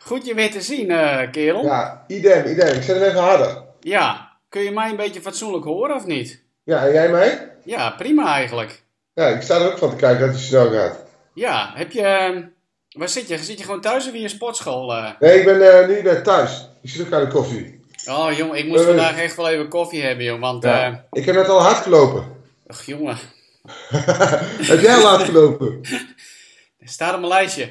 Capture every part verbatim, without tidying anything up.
Goed je weer te zien, uh, kerel. Ja, idem, idem. Ik zet hem even harder. Ja, kun je mij een beetje fatsoenlijk horen of niet? Ja, en jij mij? Ja, prima eigenlijk. Ja, ik sta er ook van te kijken dat hij snel gaat. Ja, heb je... Waar zit je? Zit je gewoon thuis of in je sportschool? Uh? Nee, ik ben uh, nu net thuis. Ik zit ook aan de koffie. Oh, jongen, ik moest uh, vandaag echt wel even koffie hebben, joh. Want, ja. uh... Ik heb net al hard gelopen. Ach, jongen. Heb jij al hard gelopen? Er staat op mijn lijstje.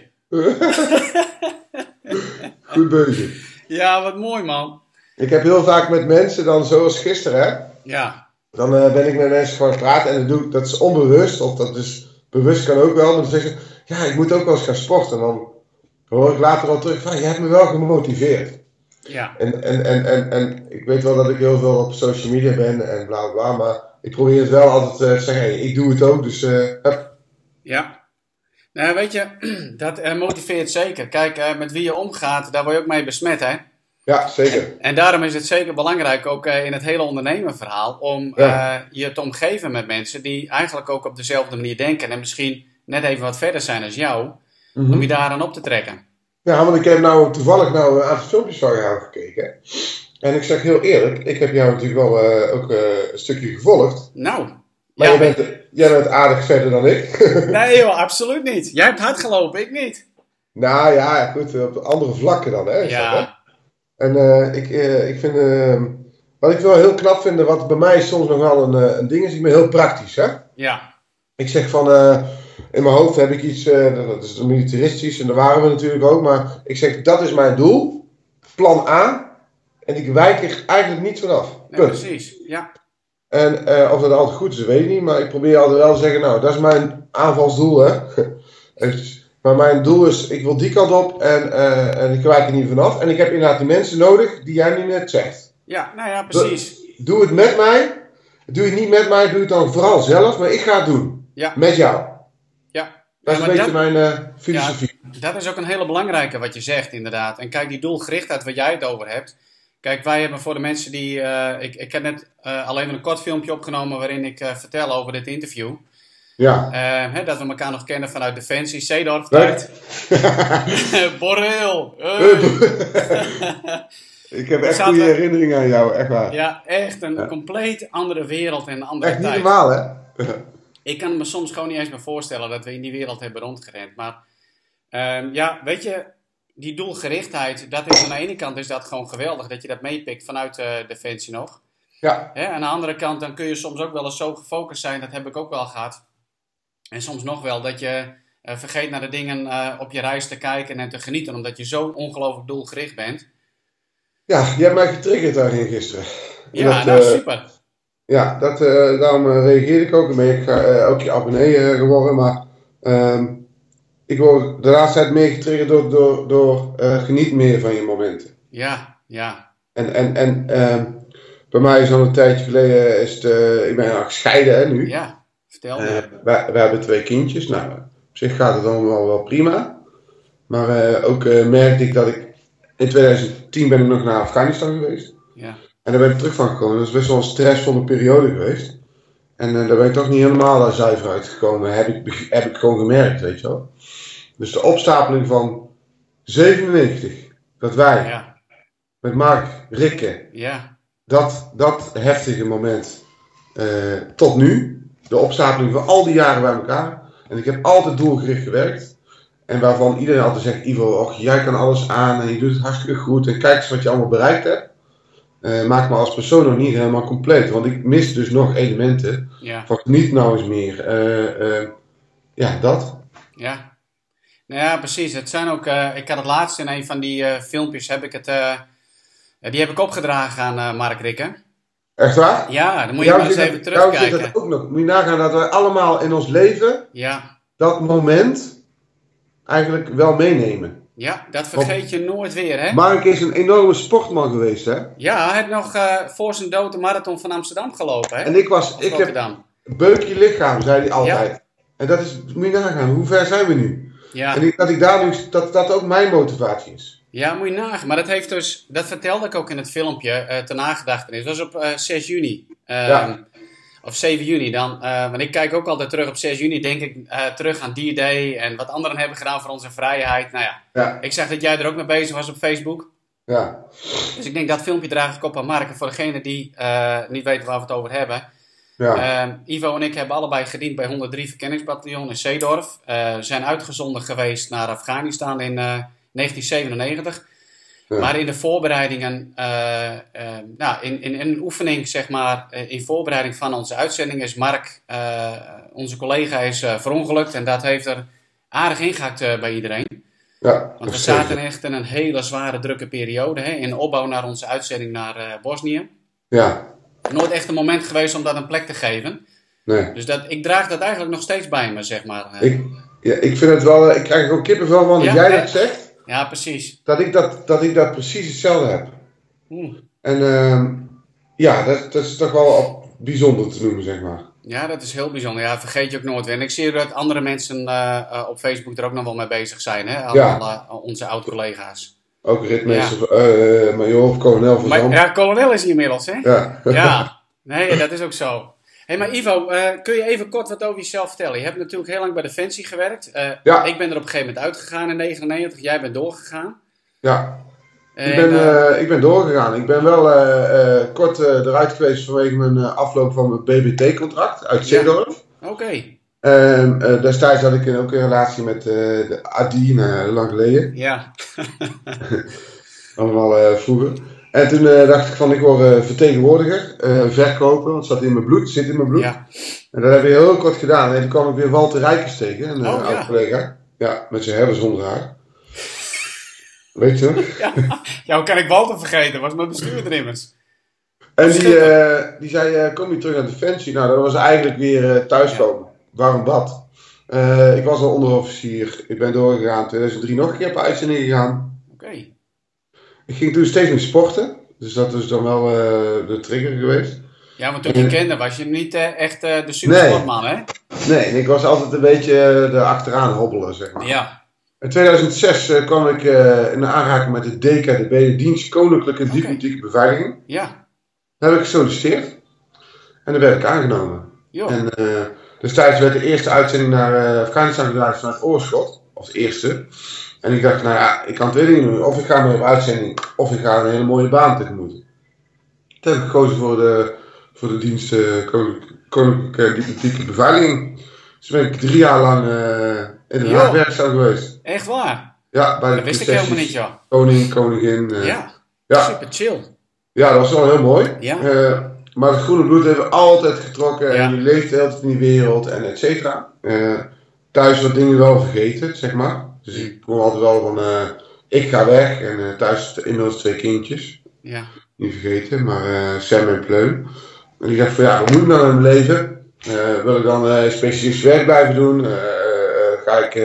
Goed bezig. Ja, wat mooi, man. Ik heb heel vaak met mensen dan, zoals gisteren, hè. Ja. Dan uh, ben ik met mensen gewoon praten en dat, doe, dat is onbewust, of dat is bewust kan ook wel. Maar dan zeggen ze, ja, ik moet ook wel eens gaan sporten. En dan hoor ik later al terug van, je hebt me wel gemotiveerd. Ja. En, en, en, en, en ik weet wel dat ik heel veel op social media ben en bla bla, maar ik probeer het wel altijd uh, te zeggen, hey, ik doe het ook, dus uh, hup. Ja. Nou, weet je, dat uh, motiveert zeker. Kijk, uh, met wie je omgaat, daar word je ook mee besmet, hè? Ja, zeker. En, en daarom is het zeker belangrijk, ook uh, in het hele ondernemerverhaal, om ja. uh, je te omgeven met mensen die eigenlijk ook op dezelfde manier denken en misschien net even wat verder zijn als jou, mm-hmm. om je daaraan op te trekken. Ja, want ik heb nou toevallig nou een aantal filmpjes van jou gekeken. En ik zeg heel eerlijk, ik heb jou natuurlijk wel uh, ook uh, een stukje gevolgd. Nou. Maar ja, jij, bent, jij bent aardig verder dan ik. Nee joh, absoluut niet. Jij hebt hard gelopen, ik niet. Nou ja, goed, op andere vlakken dan, hè. Ja. Dat, hè? En uh, ik, uh, ik vind, uh, wat ik wel heel knap vind, wat bij mij soms nog wel een, een ding is, ik ben heel praktisch, hè. Ja. Ik zeg van, uh, in mijn hoofd heb ik iets, uh, dat is militaristisch en daar waren we natuurlijk ook, maar ik zeg, dat is mijn doel, plan A, en ik wijk er eigenlijk niet vanaf. Nee, precies, ja. En uh, of dat altijd goed is, weet ik niet, maar ik probeer altijd wel te zeggen, nou, dat is mijn aanvalsdoel, hè. Maar mijn doel is, ik wil die kant op en, uh, en ik wijk er niet vanaf. En ik heb inderdaad de mensen nodig die jij nu net zegt. Ja, nou ja, precies. Doe, doe het met mij. Doe het niet met mij, doe het dan vooral zelf. Maar ik ga het doen. Ja. Met jou. Ja. Dat is ja, een beetje dat, mijn uh, filosofie. Ja, dat is ook een hele belangrijke wat je zegt, inderdaad. En kijk, die doelgerichtheid waar jij het over hebt. Kijk, wij hebben voor de mensen die... Uh, ik, ik heb net uh, alleen maar een kort filmpje opgenomen waarin ik uh, vertel over dit interview. Ja. Uh, hè, dat we elkaar nog kennen vanuit Defensie, Zeedorf tijd. Borreel. Hey. Ik heb echt goede we... herinneringen aan jou, echt waar. Ja, echt een ja. compleet andere wereld en een andere echt tijd. Echt niet normaal, hè? Ik kan me soms gewoon niet eens meer voorstellen dat we in die wereld hebben rondgerend. Maar uh, ja, weet je, die doelgerichtheid, dat is aan de ene kant is dat gewoon geweldig dat je dat meepikt vanuit uh, Defensie nog. Ja. Hè, aan de andere kant dan kun je soms ook wel eens zo gefocust zijn, dat heb ik ook wel gehad. En soms nog wel dat je uh, vergeet naar de dingen uh, op je reis te kijken en te genieten, omdat je zo ongelooflijk doelgericht bent. Ja, je hebt mij getriggerd daarin gisteren. Ja, dat, nou uh, super. Ja, dat, uh, daarom uh, reageerde ik ook. Dan ben ik uh, ook je abonnee uh, geworden, maar uh, ik word de laatste tijd meer getriggerd door, door, door uh, geniet meer van je momenten. Ja, ja. En, en, en uh, bij mij is al een tijdje geleden, is het, uh, ik ben nou gescheiden hè, nu. Ja. Vertel me. Uh, wij, wij hebben twee kindjes. Nou, op zich gaat het allemaal wel prima. Maar uh, ook uh, merkte ik dat ik... In twintig tien ben ik nog naar Afghanistan geweest. Ja. En daar ben ik terug van gekomen. Dat is best wel een stressvolle periode geweest. En uh, daar ben ik toch niet helemaal zuiver uitgekomen. Heb ik, heb ik gewoon gemerkt, weet je wel. Dus de opstapeling van zevenennegentig. Dat wij, ja. met Mark, Rikke. Ja. Dat, dat heftige moment. Uh, tot nu. De opstapeling van al die jaren bij elkaar. En ik heb altijd doelgericht gewerkt. En waarvan iedereen altijd zegt, Ivo, och, jij kan alles aan en je doet het hartstikke goed. En kijk eens wat je allemaal bereikt hebt. Uh, maakt me als persoon nog niet helemaal compleet. Want ik mis dus nog elementen. Ja. Van niet nou eens meer. Uh, uh, ja, dat. Ja. Nou ja, precies. Het zijn ook, uh, ik had het laatst in een van die uh, filmpjes, heb ik het, uh, die heb ik opgedragen aan uh, Mark Rikke. Echt waar? Ja, dan moet je maar eens even terugkijken. Dat ook nog. Moet je nagaan dat wij allemaal in ons leven ja. dat moment eigenlijk wel meenemen. Ja, dat vergeet Want je nooit weer, hè? Mark is een enorme sportman geweest, hè? Ja, hij heeft nog uh, voor zijn dood de marathon van Amsterdam gelopen, hè? En ik was, ik heb beuk je lichaam, zei hij altijd. Ja. En dat is, moet je nagaan, hoe ver zijn we nu? Ja. En ik, dat ik daar nu, dat dat ook mijn motivatie is. Ja, moet je nagaan. Maar dat heeft dus, dat vertelde ik ook in het filmpje, uh, ten nagedachtenis. Dat was op uh, zes juni. Uh, ja. of zeven juni dan. Uh, want ik kijk ook altijd terug op zes juni. Denk ik uh, terug aan D-Day en wat anderen hebben gedaan voor onze vrijheid. Nou ja, ja. Ik zag dat jij er ook mee bezig was op Facebook. Ja. Dus ik denk dat filmpje draag ik op aan Mark. En voor degenen die uh, niet weten waar we het over hebben. Ja. Uh, Ivo en ik hebben allebei gediend bij honderd drie Verkenningsbataljon in Zeedorf. Uh, zijn uitgezonden geweest naar Afghanistan in uh, negentien zevenennegentig. Ja. Maar in de voorbereidingen, uh, uh, nou, in, in, in een oefening, zeg maar, uh, in voorbereiding van onze uitzending is Mark, uh, onze collega, is uh, verongelukt. En dat heeft er aardig ingehakt uh, bij iedereen. Ja, Want we zaten echt in een hele zware, drukke periode, hè, in opbouw naar onze uitzending naar uh, Bosnië. Ja. Nooit echt een moment geweest om dat een plek te geven. Nee. Dus dat, ik draag dat eigenlijk nog steeds bij me, zeg maar. Ik, ja, ik vind het wel, ik krijg er ook kippenvel van, dat ja, jij hè? dat zegt. Ja, precies. Dat ik dat, dat ik dat precies hetzelfde heb. Hmm. En uh, ja, dat, dat is toch wel bijzonder te noemen, zeg maar. Ja, dat is heel bijzonder. Ja, vergeet je ook nooit weer. En ik zie dat andere mensen uh, uh, op Facebook er ook nog wel mee bezig zijn, hè? Allemaal ja. uh, onze oud-collega's. Ook ritmeester, ja. uh, major of kolonel van Zand. Ja, kolonel is hij inmiddels, hè? Ja. Ja, nee, dat is ook zo. Hé, hey, maar Ivo, uh, kun je even kort wat over jezelf vertellen? Je hebt natuurlijk heel lang bij Defensie gewerkt. Uh, ja. Ik ben er op een gegeven moment uitgegaan in negentien negenennegentig. Jij bent doorgegaan. Ja, en, ik, ben, uh, ik ben doorgegaan. Ik ben wel uh, uh, kort uh, eruit geweest vanwege mijn uh, afloop van mijn B B T-contract uit Zeedorf. Ja. Oké. Okay. Uh, uh, destijds had ik ook een relatie met uh, de Adine, uh, lang geleden. Ja. Allemaal uh, vroeger. En toen uh, dacht ik van, ik word uh, vertegenwoordiger, uh, verkoper, want het zat in mijn bloed, zit in mijn bloed. Ja. En dat heb ik heel kort gedaan. En toen kwam ik weer Walter Rijkers tegen, een oh, oud ja. collega. Ja, met zijn hebben zonder haar. Weet je nog? Ja, ja, hoe kan ik Walter vergeten? Was mijn bestuurder immers. En die, uh, die zei, uh, kom je terug naar Defensie? Nou, dat was eigenlijk weer uh, thuiskomen. Ja. Waarom dat? Uh, ik was al onderofficier. Ik ben doorgegaan. In tweeduizend drie nog een keer op uitzending gegaan. Oké. Okay. Ik ging toen steeds meer sporten. Dus dat is dan wel uh, de trigger geweest. Ja, want toen je uh, kende was je niet uh, echt uh, de supersportman, nee. hè? Nee, en ik was altijd een beetje uh, de achteraan hobbelen, zeg maar. Ja. In tweeduizend zes uh, kwam ik uh, in aanraking met de D K D B, de Dienst Koninklijke okay. Diplomatieke Beveiliging. Ja. Daar heb ik gesolliciteerd. En daar werd ik aangenomen. Jo. En uh, destijds werd de eerste uitzending naar uh, Afghanistan gedraaid vanuit Oorschot. Als eerste. En ik dacht, nou ja, ik kan twee dingen doen. Of ik ga mee op uitzending, of ik ga een hele mooie baan tegemoet. Toen heb ik gekozen voor de, voor de dienst uh, Koninklijke Diplomatieke Beveiliging. Dus ben ik drie jaar lang uh, in de Haag werkzaam geweest. Echt waar? Ja, bij de dat wist ik helemaal niet, joh. Koning, koningin. Uh, ja. ja, super chill. Ja, dat was wel heel mooi. Ja. Uh, maar het groene bloed hebben we altijd getrokken. Ja. En je leeft de hele tijd in die wereld en et cetera. Uh, thuis wat dingen wel vergeten, zeg maar. Dus ik kon altijd wel van, uh, ik ga weg. En uh, thuis inmiddels twee kindjes. Ja. Niet vergeten, maar uh, Sam en Pleun. En ik dacht van, ja, wat moet ik nou in mijn leven? Uh, wil ik dan uh, specifiek werk blijven doen? Uh, uh, ga ik uh,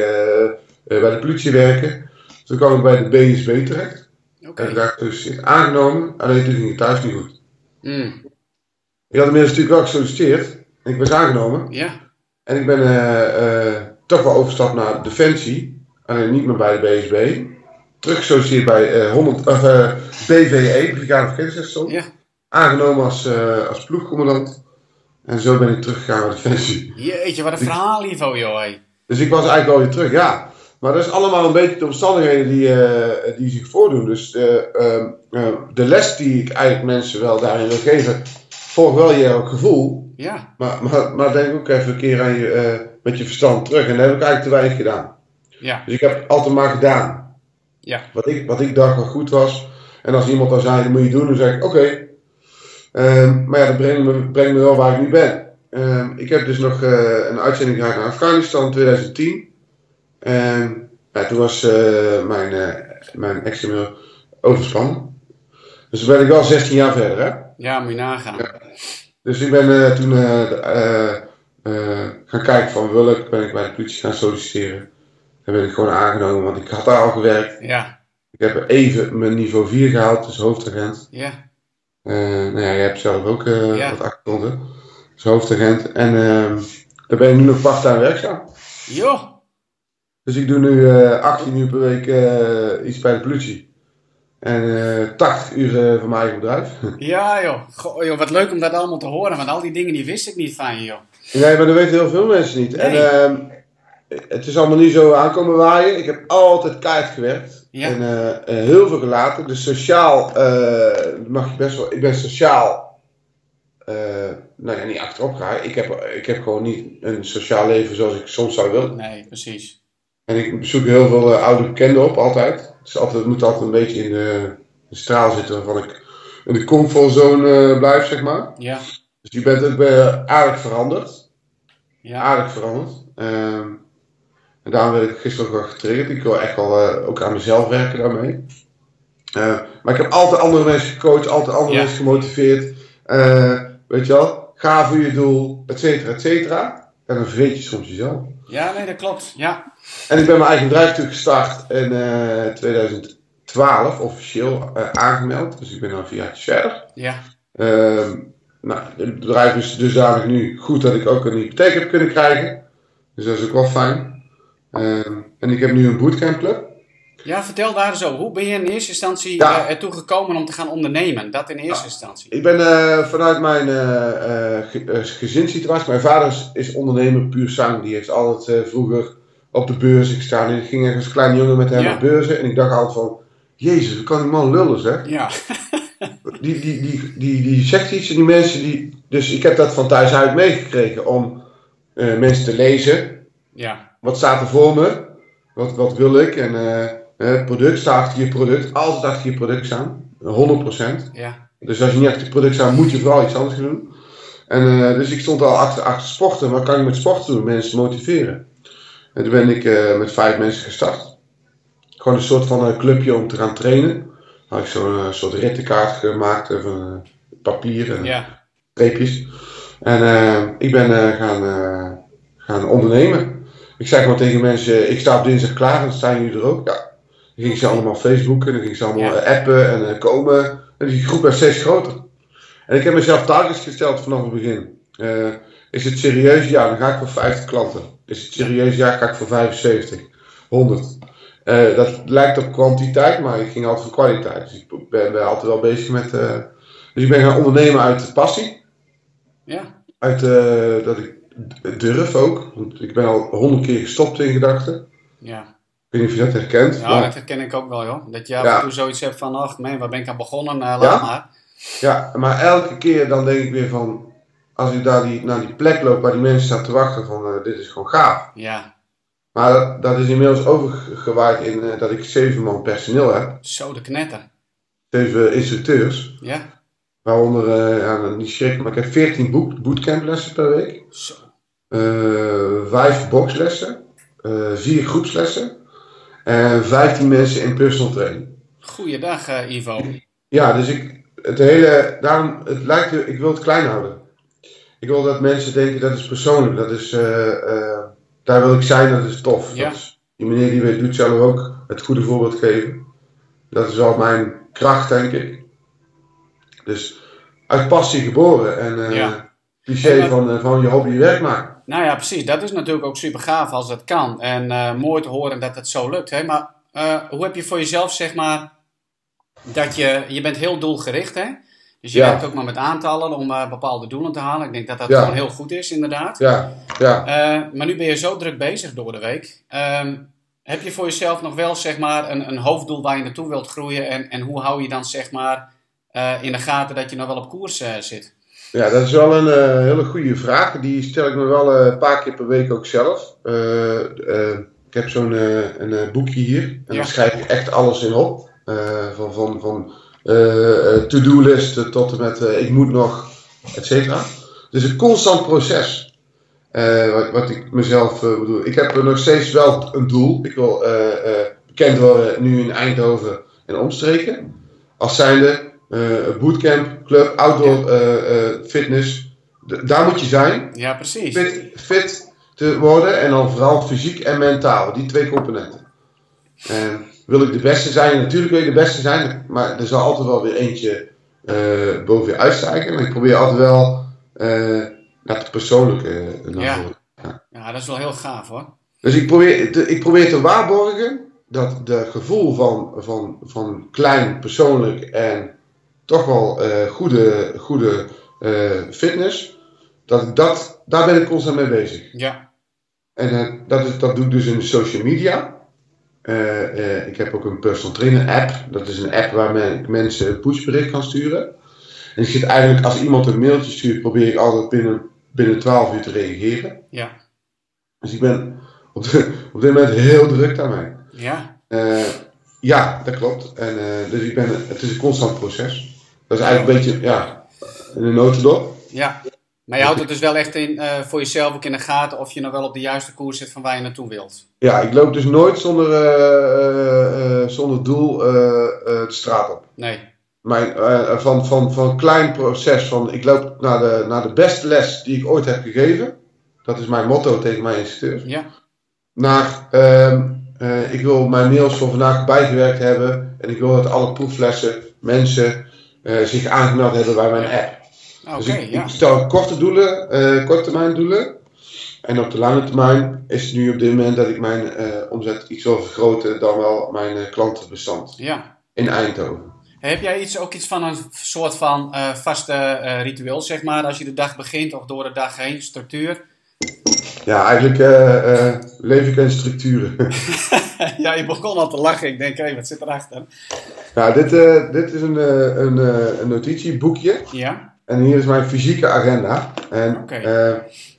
uh, bij de politie werken? Toen kwam ik bij de B S B terecht. Okay. En daar dus aangenomen, alleen toen ging het thuis niet goed. Mm. Ik had inmiddels natuurlijk wel gesolliciteerd. En ik was aangenomen. Ja. En ik ben uh, uh, toch wel overgestapt naar Defensie. Alleen niet meer bij de B S B. Teruggesolliciteerd bij uh, honderd, of, uh, B V E, Brigade Verkeersrechtsstand. Ja. Aangenomen als, uh, als ploegcommandant. En zo ben ik teruggegaan naar Defensie. Jeetje, wat een verhaal, Ivo, joh. Hey. Dus ik was eigenlijk wel weer terug, ja. Maar dat is allemaal een beetje de omstandigheden die, uh, die zich voordoen. Dus de, uh, uh, de les die ik eigenlijk mensen wel daarin wil geven, volg wel je gevoel. Ja. Maar, maar, maar denk ook even een keer aan je, uh, met je verstand terug. En dat heb ik eigenlijk te weinig gedaan. Ja. Dus ik heb het altijd maar gedaan. Ja. Wat ik, wat ik dacht wat goed was. En als iemand dan zei, dat moet je doen, dan zeg ik oké. Okay. Uh, maar ja, dat brengt me, brengt me wel waar ik nu ben. Uh, ik heb dus nog uh, een uitzending gehad naar Afghanistan in tweeduizend tien. En ja, toen was uh, mijn, uh, mijn ex-mail overspannen. Dus toen ben ik wel zestien jaar verder, hè? Ja, moet je nagaan. Ja. Dus ik ben uh, toen uh, uh, uh, gaan kijken van wil ik, ben ik bij de politie gaan solliciteren. Dan ben ik gewoon aangenomen, want ik had daar al gewerkt. Ja. Ik heb even mijn niveau vier gehaald, dus hoofdagent. Ja. Uh, nou ja, je hebt zelf ook uh, ja. wat achtergronden. Dus hoofdagent. En uh, daar ben ik nu nog part-time werkzaam. Jo. Dus ik doe nu uh, achttien uur per week uh, iets bij de politie. En uh, tachtig uur uh, van mijn eigen bedrijf. Ja joh. Goh, joh, wat leuk om dat allemaal te horen. Want al die dingen die wist ik niet van je joh. Nee, maar dat weten heel veel mensen niet. Nee. En uh, het is allemaal niet zo aankomen waaien. Ik heb altijd keihard gewerkt. Ja. En uh, uh, heel veel gelaten. Dus sociaal uh, mag je best wel... Ik ben sociaal... Uh, nou ja, niet achterop gaan. Ik heb, ik heb gewoon niet een sociaal leven zoals ik soms zou willen. Nee, precies. En ik bezoek heel veel uh, oude bekenden op, altijd. Dus altijd, het moet altijd een beetje in de, de straal zitten waarvan ik in de comfortzone uh, blijf, zeg maar. Ja. Dus je bent ook uh, aardig veranderd. Ja. Aardig veranderd. Um, en daarom werd ik gisteren ook wel getriggerd. Ik wil echt wel uh, ook aan mezelf werken daarmee. Uh, maar ik heb altijd andere mensen gecoacht, altijd andere Ja. mensen gemotiveerd. Uh, weet je wel, ga voor je doel, et cetera, et cetera. En dan vergeet je soms jezelf. Ja, nee, dat klopt. Ja. En ik ben mijn eigen bedrijf natuurlijk gestart in uh, twintig twaalf, officieel uh, aangemeld. Dus ik ben al vier jaar verder. Ja. Uh, nou, het bedrijf is dusdanig nu goed dat ik ook een hypotheek heb kunnen krijgen. Dus dat is ook wel fijn. Uh, en ik heb nu een bootcamp club. Ja, vertel daar zo. Hoe ben je in eerste instantie Ja. uh, ertoe gekomen om te gaan ondernemen? Dat in eerste Ja. instantie. Ik ben uh, vanuit mijn uh, uh, ge- uh, gezinssituatie. Mijn vader is, is ondernemer puur zang. Die heeft altijd uh, vroeger op de beurs gestaan. En ik ging echt als kleine jongen met hem Ja. naar beurzen. En ik dacht altijd van... Jezus, hoe kan die man lullen, zeg? Ja. Die, die, die, die, die zegt iets en die mensen die... Dus ik heb dat van thuis uit meegekregen om uh, mensen te lezen. Ja. Wat staat er voor me? Wat, wat wil ik? En uh, het product, sta achter je product. Altijd achter je product staan. honderd procent. Ja. Dus als je niet achter je product staat, moet je vooral iets anders gaan doen. En uh, dus ik stond al achter, achter sporten. Wat kan je met sporten doen? Mensen motiveren. En toen ben ik uh, met vijf mensen gestart. Gewoon een soort van uh, clubje om te gaan trainen. Dan had ik zo'n uh, soort rittenkaart gemaakt van uh, papier en Ja. streepjes. En uh, ik ben uh, gaan, uh, gaan ondernemen. Ik zei gewoon tegen mensen, ik sta op dinsdag klaar en dan staan jullie er ook. Ja. Dan ging ze allemaal Facebooken, dan ging ze allemaal Ja. uh, appen en uh, komen. En die groep werd steeds groter. En ik heb mezelf targets gesteld vanaf het begin. Uh, is het serieus? Ja, dan ga ik voor vijftig klanten. Is het serieus? Ja, ga ik voor vijfenzeventig, honderd. Uh, dat lijkt op kwantiteit, maar ik ging altijd voor kwaliteit. Dus ik ben, ben altijd wel bezig met... Uh, dus ik ben gaan ondernemen uit passie. Ja. Uit uh, dat ik durf ook. Want ik ben al honderd keer gestopt in gedachten. Ja. Ik weet niet of je dat herkent. Ja, maar, dat herken ik ook wel, joh. Dat je af Ja. en toe zoiets hebt van, ach man, waar ben ik aan begonnen? Uh, laat Ja. maar. ja, maar elke keer dan denk ik weer van... Als ik daar die, naar die plek loop waar die mensen staan te wachten van... Uh, dit is gewoon gaaf. Ja. Maar dat, dat is inmiddels overgewaaid in uh, dat ik zeven man personeel heb. Zo de knetter. Zeven instructeurs. Ja. Waaronder, uh, ja, niet schrikken, maar ik heb veertien boot, bootcamplessen per week. Zo. Uh, vijf boxlessen. Uh, vier groepslessen. En vijftien mensen in personal training. Goeiedag, uh, Ivo. Ja, dus ik, het hele, daarom, het lijkt, ik wil het klein houden. Ik wil dat mensen denken, dat is persoonlijk, dat is, uh, uh, daar wil ik zijn, dat is tof. Ja. Dat is, die meneer die weet, doet zelf ook het goede voorbeeld geven. Dat is wel mijn kracht, denk ik. Dus uit passie geboren en uh, Ja. cliché En dat- van, uh, van je hobby je werk maken. Nou ja, precies. Dat is natuurlijk ook super gaaf als dat kan. En uh, mooi te horen dat het zo lukt. Hè? Maar uh, hoe heb je voor jezelf, zeg maar, dat je, je bent heel doelgericht, hè? Dus je Ja. werkt ook maar met aantallen om uh, bepaalde doelen te halen. Ik denk dat dat Ja. gewoon heel goed is, inderdaad. Ja, ja. Uh, maar nu ben je zo druk bezig door de week. Um, heb je voor jezelf nog wel, zeg maar, een, een hoofddoel waar je naartoe wilt groeien? En, en hoe hou je dan, zeg maar, uh, in de gaten dat je nog wel op koers uh, zit? Ja, dat is wel een uh, hele goede vraag. Die stel ik me wel uh, een paar keer per week ook zelf. Uh, uh, ik heb zo'n uh, een uh, boekje hier. En Ja. daar schrijf ik echt alles in op. Uh, van van, van uh, uh, to-do-listen tot en met uh, ik moet nog, et cetera. Dus een constant proces. Uh, wat, wat ik mezelf uh, bedoel. Ik heb nog steeds wel een doel. Ik wil uh, uh, bekend worden nu in Eindhoven en omstreken. Als zijnde... Uh, bootcamp, club, outdoor uh, uh, fitness. D- daar moet je zijn. Ja, precies. Fit, fit te worden en dan vooral fysiek en mentaal. Die twee componenten. En wil ik de beste zijn? Natuurlijk wil je de beste zijn. Maar er zal altijd wel weer eentje uh, boven je uitstijgen. En ik probeer altijd wel uh, naar het persoonlijke uh, naar Ja. voren. Ja. Ja, dat is wel heel gaaf, hoor. Dus ik probeer, te, ik probeer te waarborgen dat de gevoel van, van, van klein, persoonlijk en toch wel uh, goede, goede uh, fitness, dat ik dat, daar ben ik constant mee bezig. Ja. En uh, dat, is, dat doe ik dus in de social media. Uh, uh, ik heb ook een personal trainer app. Dat is een app waar men, mensen een pushbericht kan sturen. En ik zit eigenlijk, als iemand een mailtje stuurt, probeer ik altijd binnen, binnen twaalf uur te reageren. Ja. Dus ik ben op, de, op dit moment heel druk daarmee. Ja. Uh, ja, dat klopt. En, uh, dus ik ben, het is een constant proces. Dat is eigenlijk een beetje, ja, in een notendop. Ja. Maar je houdt het dus wel echt in, uh, voor jezelf ook in de gaten of je nou wel op de juiste koers zit van waar je naartoe wilt. Ja, ik loop dus nooit zonder, uh, uh, uh, zonder doel uh, uh, de straat op. Nee. Mijn, uh, van, van, van een klein proces van ik loop naar de, naar de beste les die ik ooit heb gegeven. Dat is mijn motto tegen mijn instructeurs. Ja. Naar uh, uh, ik wil mijn mails voor vandaag bijgewerkt hebben. En ik wil dat alle proeflessen mensen uh, zich aangemeld hebben bij mijn app. Oké, dus ik, ja. ik stel korte doelen, uh, korte termijn doelen. En op de lange termijn is het nu op dit moment dat ik mijn uh, omzet iets wil vergroten dan wel mijn uh, klantenbestand. Ja. In Eindhoven. Heb jij iets, ook iets van een soort van uh, vaste uh, ritueel, zeg maar, als je de dag begint of door de dag heen, structuur? Ja, eigenlijk uh, uh, leef ik in structuren. Ja, je begon al te lachen. Ik denk, hé, hey, wat zit erachter? Ja, dit, uh, dit is een, uh, een, uh, een notitieboekje. Ja. En hier is mijn fysieke agenda. En okay. uh, uh,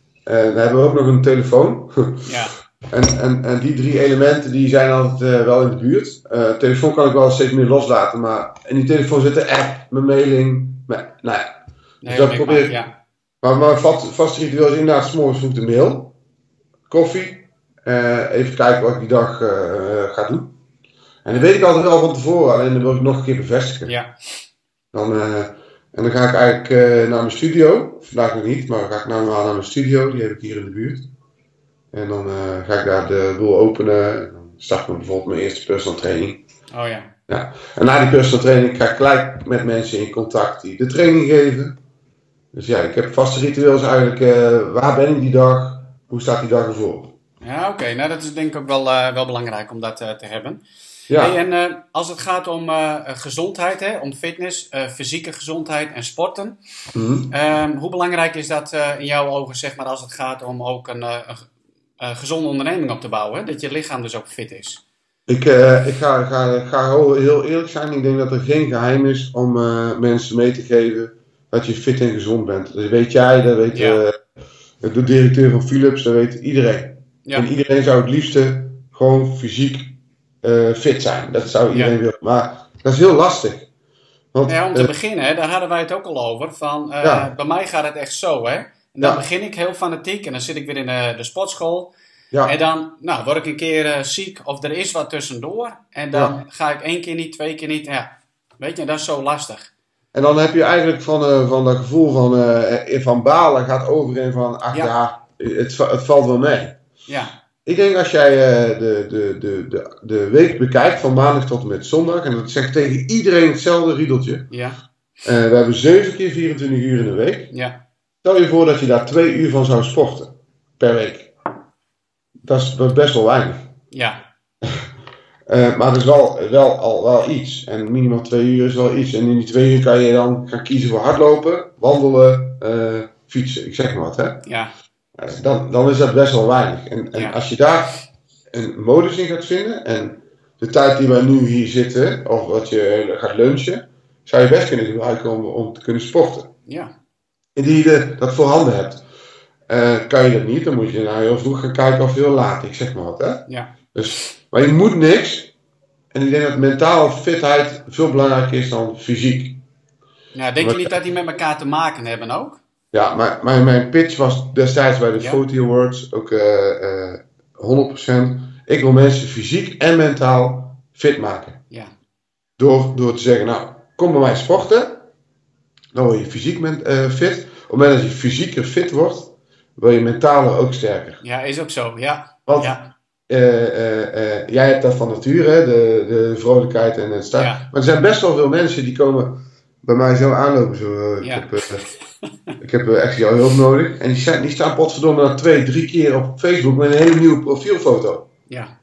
we hebben ook nog een telefoon. Ja. En, en, en die drie elementen die zijn altijd uh, wel in de buurt. Uh, telefoon kan ik wel steeds meer loslaten, maar in die telefoon zit de app, mijn mailing, mijn, nou ja. Nee, dus dat probeer ik. Ja. Maar mijn vast, vast ritueel is inderdaad 's morgens vroeg de mail, koffie, uh, even kijken wat ik die dag uh, ga doen. En dat weet ik altijd wel van tevoren, alleen dan wil ik nog een keer bevestigen. Ja. Dan, uh, en dan ga ik eigenlijk uh, naar mijn studio, vandaag nog niet, maar dan ga ik nou naar mijn studio, die heb ik hier in de buurt. En dan uh, ga ik daar de boel openen. En dan start ik bijvoorbeeld mijn eerste personal training. Oh ja. Ja. En na die personal training ga ik gelijk met mensen in contact die de training geven. Dus ja, ik heb vaste ritueels eigenlijk. Uh, waar ben ik die dag? Hoe staat die dag ervoor? Ja, oké. Okay. Nou, dat is denk ik ook wel, uh, wel belangrijk om dat uh, te hebben. Ja. Hey, en uh, als het gaat om uh, gezondheid, hè, om fitness, uh, fysieke gezondheid en sporten. Mm-hmm. Um, hoe belangrijk is dat uh, in jouw ogen, zeg maar, als het gaat om ook een... Uh, een Uh, gezonde onderneming op te bouwen, hè? Dat je lichaam dus ook fit is. Ik, uh, ik ga, ga, ga heel eerlijk zijn. Ik denk dat er geen geheim is om uh, mensen mee te geven dat je fit en gezond bent. Dat weet jij, dat weet ja. uh, de directeur van Philips, dat weet iedereen. Ja. En iedereen zou het liefste gewoon fysiek uh, fit zijn. Dat zou iedereen ja. willen. Maar dat is heel lastig. Want, ja, om te uh, beginnen, hè, daar hadden wij het ook al over. Van, uh, ja. Bij mij gaat het echt zo, hè. En dan ja. begin ik heel fanatiek en dan zit ik weer in de, de sportschool. Ja. En dan nou, word ik een keer uh, ziek of er is wat tussendoor. En dan ja. ga ik één keer niet, twee keer niet. Ja, weet je, dat is zo lastig. En dan heb je eigenlijk van, uh, van dat gevoel van, uh, van balen gaat over in van, ach ja, ja het, het valt wel mee. Ja. Ik denk als jij uh, de, de, de, de, de week bekijkt van maandag tot en met zondag. En dat zegt tegen iedereen hetzelfde riedeltje. Ja. Uh, we hebben zeven keer vierentwintig uur in de week. Ja. Stel je voor dat je daar twee uur van zou sporten per week. Dat is best wel weinig. Ja. uh, maar het is wel, wel al wel iets. En minimaal twee uur is wel iets. En in die twee uur kan je dan gaan kiezen voor hardlopen, wandelen, uh, fietsen. Ik zeg maar wat, hè. Ja. Uh, dan, dan is dat best wel weinig. En, en ja. als je daar een modus in gaat vinden. En de tijd die wij nu hier zitten, of wat je gaat lunchen, zou je best kunnen gebruiken om, om te kunnen sporten. Ja. Indien je dat voorhanden hebt, uh, kan je dat niet. Dan moet je nou heel vroeg gaan kijken of heel laat. Ik zeg maar wat, hè. Ja. Dus, maar je moet niks. En ik denk dat mentale fitheid veel belangrijker is dan fysiek. Ja, denk je niet dat die met elkaar te maken hebben ook? Ja, maar mijn, mijn pitch was destijds bij de ja. Foti Awards ook uh, uh, honderd procent. Ik wil mensen fysiek en mentaal fit maken. Ja. Door, door te zeggen, nou, kom bij mij sporten. Dan word je fysiek uh, fit. Op het moment dat je fysieker fit wordt, word je mentaler ook sterker. Ja, is ook zo, ja. Want ja. Uh, uh, uh, jij hebt dat van nature, hè? De, de vrolijkheid en het staan. Ja. Maar er zijn best wel veel mensen die komen bij mij zo aanlopen. Zo, uh, ja. Ik heb, uh, ik heb uh, echt jouw hulp nodig. En die, zijn, die staan potverdomme na twee, drie keer op Facebook met een hele nieuwe profielfoto. Ja.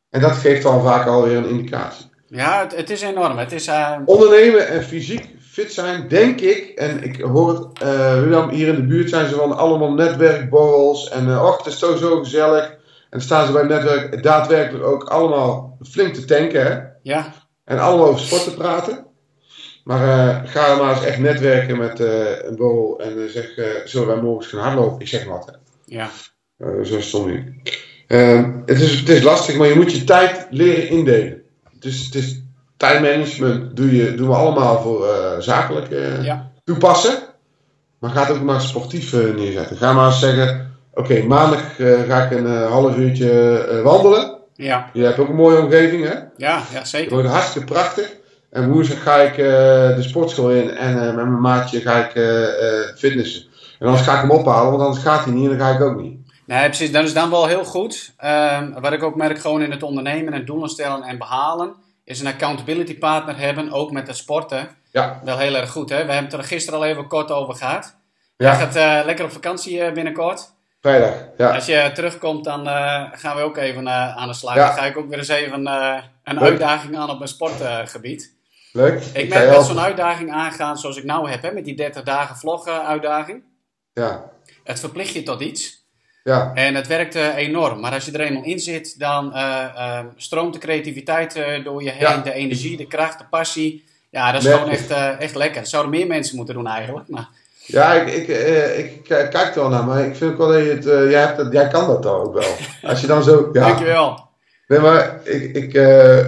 En dat geeft dan vaak alweer een indicatie. Ja, het, het is enorm. Het is, uh... Ondernemen en fysiek fit zijn, denk ik. En ik hoor het, uh, William, hier in de buurt zijn ze van allemaal netwerkborrels. En uh, och, het is toch zo gezellig. En dan staan ze bij het netwerk daadwerkelijk ook allemaal flink te tanken. Hè? Ja. En allemaal over sport te praten. Maar uh, ga maar eens echt netwerken met uh, een borrel. En uh, zeg, uh, zullen wij morgens gaan hardlopen? Ik zeg wat. Hè? Ja. Uh, zo stond ik. Uh, het, is, het is lastig, maar je moet je tijd leren indelen. Het is, het is tijdmanagement doe je, doen we allemaal voor uh, zakelijk uh, ja. toepassen. Maar ga het ook maar sportief uh, neerzetten. Ga maar eens zeggen, oké, okay, maandag uh, ga ik een uh, half uurtje uh, wandelen. Ja. Je hebt ook een mooie omgeving, hè? Ja, ja zeker. Het wordt hartstikke prachtig. En woensdag ga ik uh, de sportschool in en uh, met mijn maatje ga ik uh, uh, fitnessen. En anders ga ik hem ophalen, want anders gaat hij niet en dan ga ik ook niet. Nee, precies. Dat is dan wel heel goed. Uh, wat ik ook merk gewoon in het ondernemen en doelen stellen en behalen, is een accountability partner hebben, ook met het sporten. Ja. Wel heel erg goed, hè? We hebben het er gisteren al even kort over gehad. Ja. Je gaat uh, lekker op vakantie uh, binnenkort. Vrijdag, ja. Als je terugkomt, dan uh, gaan we ook even uh, aan de slag. Ja. Dan ga ik ook weer eens even uh, een Leuk. uitdaging aan op mijn sportgebied. Uh, Leuk. Ik, ik merk dat zo'n uitdaging aangaan zoals ik nou heb, hè, met die dertig dagen vlog uitdaging. Ja. Het verplicht je tot iets. Ja. En het werkt uh, enorm. Maar als je er eenmaal in zit, dan uh, uh, stroomt de creativiteit uh, door je heen. Ja. De energie, de kracht, de passie. Ja, dat is Merk gewoon echt, uh, echt lekker. Dat zouden meer mensen moeten doen eigenlijk. Maar... Ja, ik, ik, uh, ik kijk er wel naar, maar ik vind ook wel dat je het, uh, jij, hebt het, jij kan dat dan ook wel. Als je dan zo... Ja. Dankjewel. Nee, maar ik, ik, uh,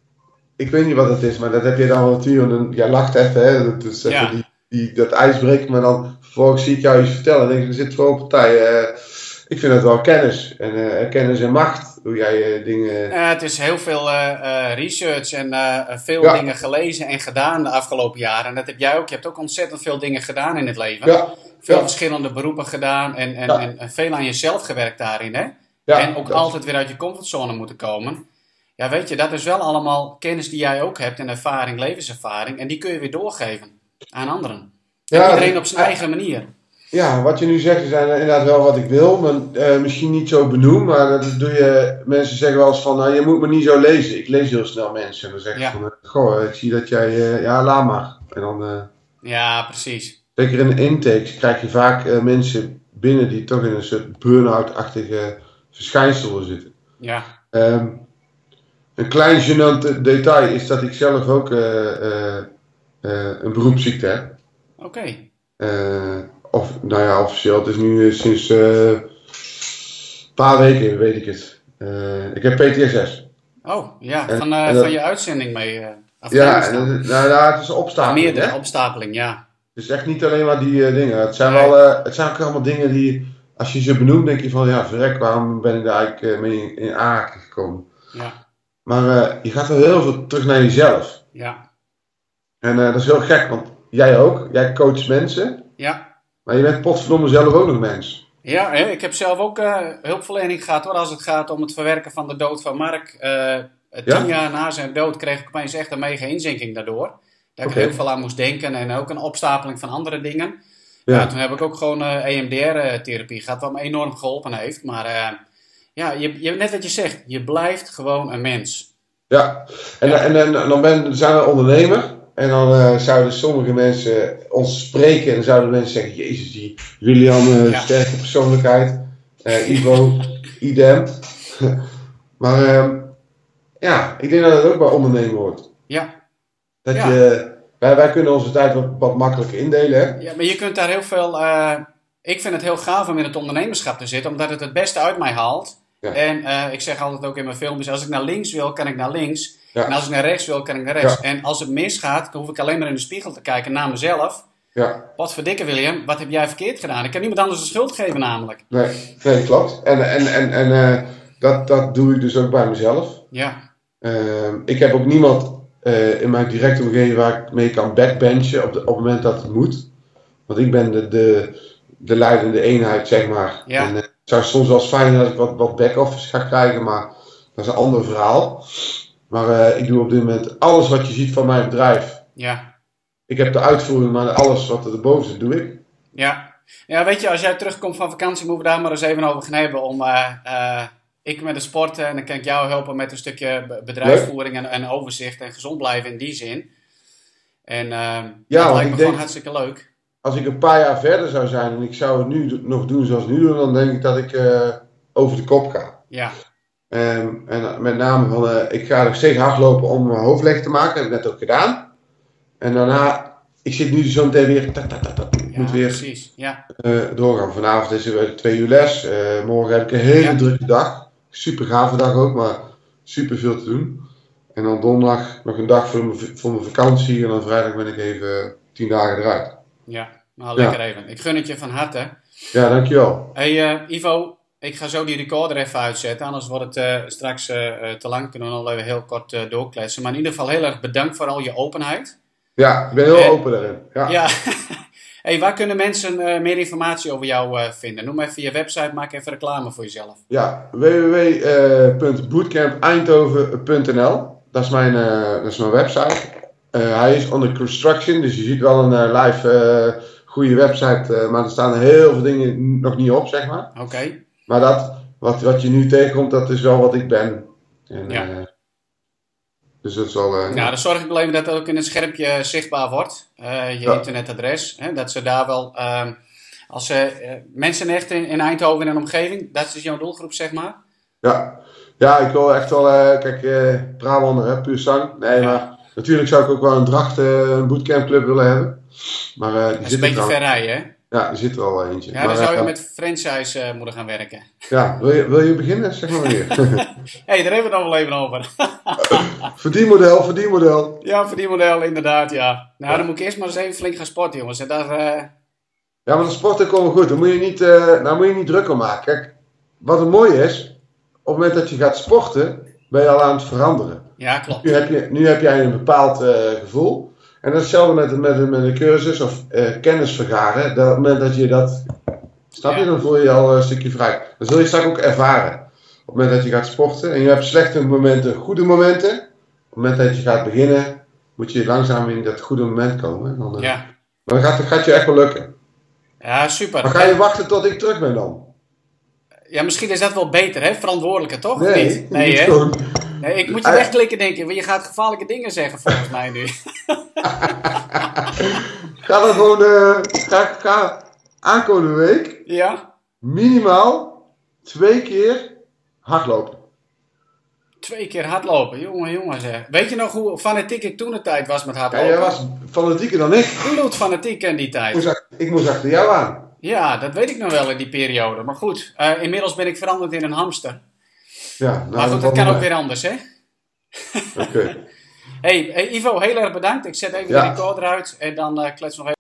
ik weet niet wat het is, maar dat heb je dan natuurlijk. Jij lacht even, hè. Dat is even ja. die, die, dat ijs breken, maar dan vervolgens zie ik jou iets vertellen. En denk ik, er zit voor een partij... Uh, ik vind het wel kennis. En uh, kennis en macht. Hoe jij uh, dingen... Uh, het is heel veel uh, uh, research en uh, veel ja. dingen gelezen en gedaan de afgelopen jaren. En dat heb jij ook. Je hebt ook ontzettend veel dingen gedaan in het leven. Ja. Veel ja. verschillende beroepen gedaan. En, en, ja. en, en veel aan jezelf gewerkt daarin. Hè? Ja, en ook altijd weer uit je comfortzone moeten komen. Ja, weet je, dat is wel allemaal kennis die jij ook hebt. En ervaring, levenservaring. En die kun je weer doorgeven aan anderen. Ja, en iedereen op zijn ja. eigen manier. Ja, wat je nu zegt is inderdaad wel wat ik wil, maar uh, misschien niet zo benoemd, maar dat doe je, mensen zeggen wel eens van, nou, je moet me niet zo lezen. Ik lees heel snel mensen en dan zeg ik ja. van, goh, ik zie dat jij, uh, ja, laat maar. En dan, uh, ja, precies. Zeker in de intakes krijg je vaak uh, mensen binnen die toch in een soort burn-out-achtige verschijnselen zitten. Ja. Um, een klein gênant detail is dat ik zelf ook uh, uh, uh, een beroepsziekte heb. Oké. Okay. Uh, Of, nou ja, officieel. Het is nu uh, sinds een uh, paar weken, weet ik het. Uh, ik heb P T S S. Oh, ja. En, van, uh, dat, van je uitzending mee. Uh, ja, en, nou, nou, het is een opstapeling. Meerdere hè? opstapeling, ja. Het is echt niet alleen maar die uh, dingen. Het zijn, nee. wel, uh, het zijn ook allemaal dingen die, als je ze benoemt, denk je van, ja, verrek, waarom ben ik daar eigenlijk uh, mee in, in aanraking gekomen? Ja. Maar uh, je gaat wel heel veel terug naar jezelf. Ja. En uh, dat is heel gek, want jij ook. Jij coacht mensen. Ja. Maar je bent potverdomme zelf ook nog mens. Ja, ik heb zelf ook uh, hulpverlening gehad hoor. Als het gaat om het verwerken van de dood van Mark. Uh, tien ja? jaar na zijn dood kreeg ik opeens echt een mega inzinking daardoor. Daar ik okay. heel veel aan moest denken. En ook een opstapeling van andere dingen. Ja. Uh, toen heb ik ook gewoon uh, E M D R-therapie gehad. Wat me enorm geholpen heeft. Maar uh, ja, je, je, net wat je zegt. Je blijft gewoon een mens. Ja, en, ja. en, en, en dan ben, zijn we ondernemer. En dan uh, zouden sommige mensen ons spreken en dan zouden mensen zeggen, jezus, die William, uh, ja. sterke persoonlijkheid, uh, Ivo, idem. Maar uh, ja, ik denk dat het ook bij ondernemen hoort. Ja. Dat ja. je, wij, wij kunnen onze tijd wat, wat makkelijker indelen. Hè? Ja, maar je kunt daar heel veel, uh, ik vind het heel gaaf om in het ondernemerschap te zitten, omdat het het beste uit mij haalt. Ja. En uh, ik zeg altijd ook in mijn filmpjes, als ik naar links wil, kan ik naar links. Ja. En als ik naar rechts wil, kan ik naar rechts. Ja. En als het misgaat, dan hoef ik alleen maar in de spiegel te kijken naar mezelf. Ja. Wat verdikke William, wat heb jij verkeerd gedaan? Ik kan niemand anders de schuld geven namelijk. Nee, nee klopt. En, en, en, en uh, dat, dat doe ik dus ook bij mezelf. Ja. Uh, ik heb ook niemand uh, in mijn directe omgeving waar ik mee kan backbenchen op, de, op het moment dat het moet. Want ik ben de, de, de leidende eenheid, zeg maar. Ja. En uh, het zou soms wel eens fijn zijn als ik wat, wat back-office ga krijgen, maar dat is een ander verhaal. Maar uh, ik doe op dit moment alles wat je ziet van mijn bedrijf. Ja. Ik heb de uitvoering, maar alles wat er erboven zit, doe ik. Ja. Ja, weet je, als jij terugkomt van vakantie, moeten we daar maar eens even over gaan hebben. Om, uh, uh, ik met de sport en dan kan ik jou helpen met een stukje bedrijfsvoering en, en overzicht en gezond blijven in die zin. En uh, ja, dat lijkt me denk, gewoon hartstikke leuk. Als ik een paar jaar verder zou zijn en ik zou het nu nog doen zoals ik nu doe, dan denk ik dat ik uh, over de kop ga. Ja. Um, en met name van, uh, ik ga nog steeds hardlopen om mijn hoofd leeg te maken. Dat heb ik net ook gedaan. En daarna, ik zit nu zo meteen weer, tat, tat, tat, tat, ik Ja, moet weer precies. Ja. Uh, doorgaan. Vanavond is er weer twee uur les. Uh, morgen heb ik een hele ja. drukke dag. Super gave dag ook, maar super veel te doen. En dan donderdag nog een dag voor mijn, voor mijn vakantie. En dan vrijdag ben ik even tien dagen eruit. Ja, nou lekker ja. even. Ik gun het je van harte. Ja, dankjewel. Hey uh, Ivo, ik ga zo die recorder even uitzetten. Anders wordt het uh, straks uh, te lang. Kunnen we nog even heel kort uh, doorkletsen. Maar in ieder geval heel erg bedankt voor al je openheid. Ja, ik ben heel en, open daarin. Ja. ja. Hey, waar kunnen mensen uh, meer informatie over jou uh, vinden? Noem even je website, maak even reclame voor jezelf. Ja, w w w punt bootcamp eindhoven punt n l. Dat is mijn, uh, dat is mijn website. Uh, hij is under construction, dus je ziet wel een uh, live uh, goede website, uh, maar er staan heel veel dingen nog niet op, zeg maar. Oké. Okay. Maar dat, wat, wat je nu tegenkomt, dat is wel wat ik ben. En, ja. Uh, dus dat is wel... Uh, nou, ja. dan zorg ik wel even dat het ook in het schermpje zichtbaar wordt. Uh, je ja. internetadres. Hè, dat ze daar wel... Uh, als ze uh, mensen echt in, in Eindhoven en omgeving, dat is jouw doelgroep, zeg maar? Ja, ja ik wil echt wel... Uh, kijk, uh, Brabander, hè, puur zang. Nee, ja. maar... Natuurlijk zou ik ook wel een Dracht, uh, een bootcampclub willen hebben. Maar, uh, die dat is een beetje ver rijden, hè? Ja, er zit er al eentje. Ja, maar, dan zou je uh, met franchise uh, moeten gaan werken. Ja, wil je, wil je beginnen? Zeg maar weer. Hé, hey, daar hebben we het nog wel even over. verdienmodel, verdienmodel. Ja, verdienmodel, inderdaad, ja. Nou, ja. dan moet ik eerst maar eens even flink gaan sporten, jongens. En daar, uh... Ja, maar de sporten komen goed. Daar moet je niet, uh, daar moet je niet druk om maken. Kijk, wat het mooie is, op het moment dat je gaat sporten, ben je al aan het veranderen. Ja, klopt. Nu heb, je, nu heb jij een bepaald uh, gevoel. En dat is hetzelfde met, met, met een cursus of uh, kennis vergaren. Dat, op het moment dat je dat... Snap je? Ja. Dan voel je je al een stukje vrij. Dat zul je straks ook ervaren. Op het moment dat je gaat sporten. En je hebt slechte momenten, goede momenten. Op het moment dat je gaat beginnen, moet je langzaam in dat goede moment komen. Dan, uh, ja. Maar dan gaat, gaat je echt wel lukken. Ja, super. Maar ga je wachten tot ik terug ben dan? Ja, misschien is dat wel beter, hè? Verantwoordelijker, toch? Nee, niet? Nee, hè? Gewoon... Nee, ik moet je wegklikken, denk ik. Want je gaat gevaarlijke dingen zeggen, volgens mij nu. Ga dan gewoon... Uh, ga, ga aankomende week... Ja? Minimaal... Twee keer... hardlopen. Twee keer hardlopen? Jongen, jongen zeg. Weet je nog hoe fanatiek ik toen de tijd was met hardlopen? Ja, jij was fanatieker dan ik. Bloed fanatiek in die tijd. Ik moest, ik moest achter jou aan. Ja, dat weet ik nog wel in die periode. Maar goed, uh, inmiddels ben ik veranderd in een hamster. Ja, nou, maar goed, dat kan ook weer anders, hè? Oké. Okay. Hey, hey Ivo, heel erg bedankt. Ik zet even ja. de recorder uit en dan uh, klets nog even.